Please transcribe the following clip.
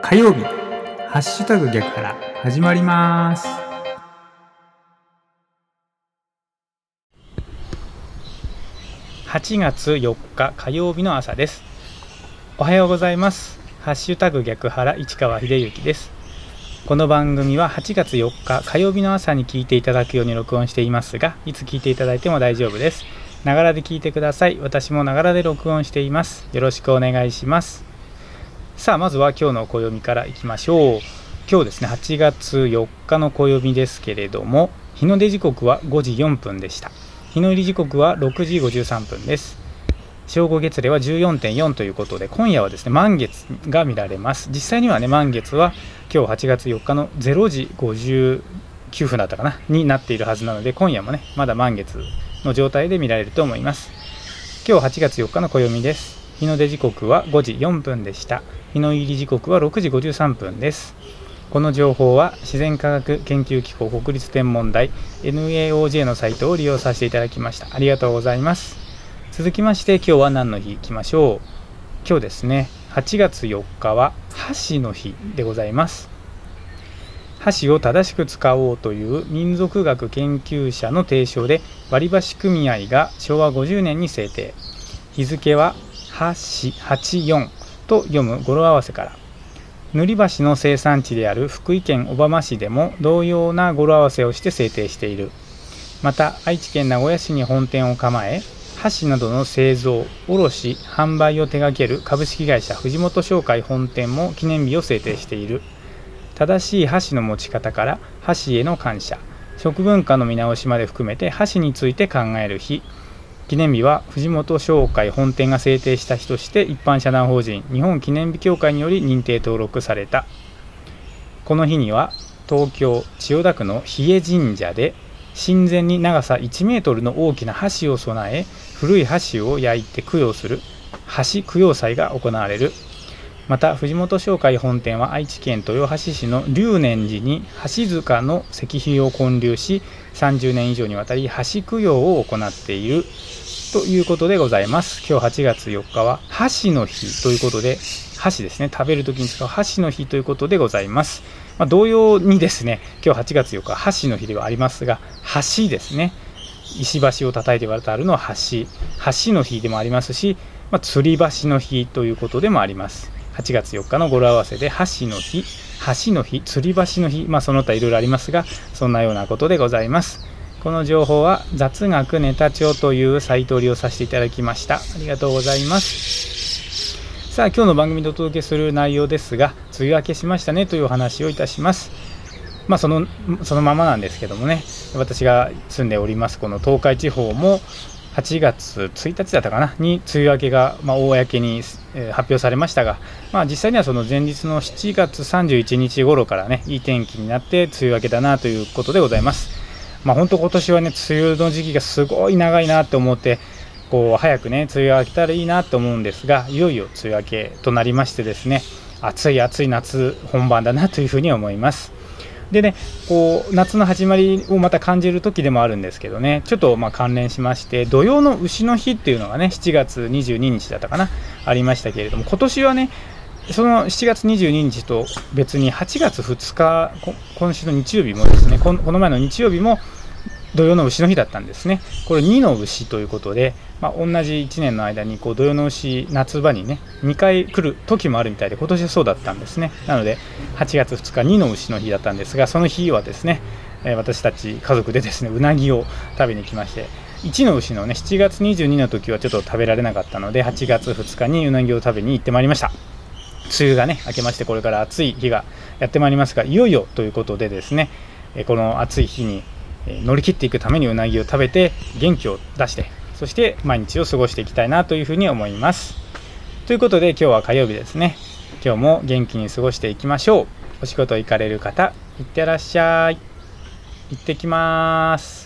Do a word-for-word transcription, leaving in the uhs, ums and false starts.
火曜日ハッシュタグ逆腹始まります。 はちがつよっか火曜日の朝です。おはようございます。ハッシュタグ逆腹市川秀幸です。この番組ははちがつよっか火曜日の朝に聞いていただくように録音していますが、いつ聞いていただいても大丈夫です。ながらで聞いてください。私もながらで録音しています。よろしくお願いします。さあ、まずは今日の暦からいきましょう。今日ですね、はちがつよっかの暦ですけれども、日の出時刻はごじよんぷんでした。日の入り時刻はろくじごじゅうさんぷんです。正午月齢は じゅうよんてんよん ということで、今夜はですね満月が見られます。実際にはね、満月は今日はちがつよっかのれいじごじゅうきゅうふんだったかなになっているはずなので、今夜もねまだ満月の状態で見られると思います。今日はちがつよっかの暦です。日の出時刻はごじよんぷんでした。日の入り時刻はろくじごじゅうさんぷんです。この情報は自然科学研究機構国立天文台 エヌエーオージェー のサイトを利用させていただきました。ありがとうございます。続きまして、今日は何の日いきましょう。今日ですね、はちがつよっかは箸の日でございます。箸を正しく使おうという民族学研究者の提唱で、割箸組合がしょうわごじゅうねんに制定。日付ははちはちよんと読む語呂合わせから、塗り箸の生産地である福井県小浜市でも同様な語呂合わせをして制定している。また愛知県名古屋市に本店を構え、箸などの製造、卸、販売を手掛ける株式会社藤本商会本店も記念日を制定している。正しい箸の持ち方から箸への感謝、食文化の見直しまで含めて箸について考える日。記念日は藤本商会本店が制定した日として、一般社団法人日本記念日協会により認定登録された。この日には東京千代田区の日枝神社で神前に長さいちメートルの大きな箸を備え、古い箸を焼いて供養する箸供養祭が行われる。また藤本商会本店は愛知県豊橋市の龍念寺に箸塚の石碑を建立し、さんじゅうねん以上にわたり箸供養を行っているということでございます。今日はちがつよっかは箸の日ということで、箸ですね、食べるときに使う箸の日ということでございます。まあ、同様にですね、今日はちがつよっか箸の日ではありますが、箸ですね、石橋を叩いて渡るのは箸、箸の日でもありますし、まあ、吊り橋の日ということでもあります。はちがつよっかの語呂合わせで箸の日、箸の日、吊り橋の日、まあ、その他いろいろありますが、そんなようなことでございます。この情報は雑学ネタ帳というサイトを利用させていただきました。ありがとうございます。さあ、今日の番組でお届けする内容ですが、梅雨明けしましたねというお話をいたします。まあ、そのそのままなんですけどもね、私が住んでおりますこの東海地方もはちがつついたちだったかなに梅雨明けが、まあ、公に、えー、発表されましたが、まあ、実際にはその前日のしちがつさんじゅういちにち頃からね、いい天気になって梅雨明けだなということでございます。まあ、本当今年はね、梅雨の時期がすごい長いなと思って、こう早くね梅雨が明けたらいいなと思うんですが、いよいよ梅雨明けとなりましてですね、暑い暑い夏本番だなというふうに思います。でね、こう夏の始まりをまた感じる時でもあるんですけどね、ちょっとまあ関連しまして、土用の丑の日っていうのがね、しちがつにじゅうににちだったかな、ありましたけれども、今年はねそのしちがつにじゅうににちと別にはちがつふつか、今週の日曜日もですね、この前の日曜日も土用の丑の日だったんですね。これにの丑ということで、まあ、同じいちねんの間にこう土用の丑、夏場にねにかい来る時もあるみたいで、今年はそうだったんですね。なのではちがつふつかにの丑の日だったんですが、その日はですね、えー、私たち家族でですねうなぎを食べに来まして、いちの丑のねしちがつにじゅうにの時はちょっと食べられなかったので、はちがつふつかにうなぎを食べに行ってまいりました。梅雨がね明けまして、これから暑い日がやってまいりますが、いよいよということでですね、この暑い日に乗り切っていくためにうなぎを食べて元気を出して、そして毎日を過ごしていきたいなというふうに思います。ということで今日は火曜日ですね。今日も元気に過ごしていきましょう。お仕事行かれる方、いってらっしゃい。行ってきます。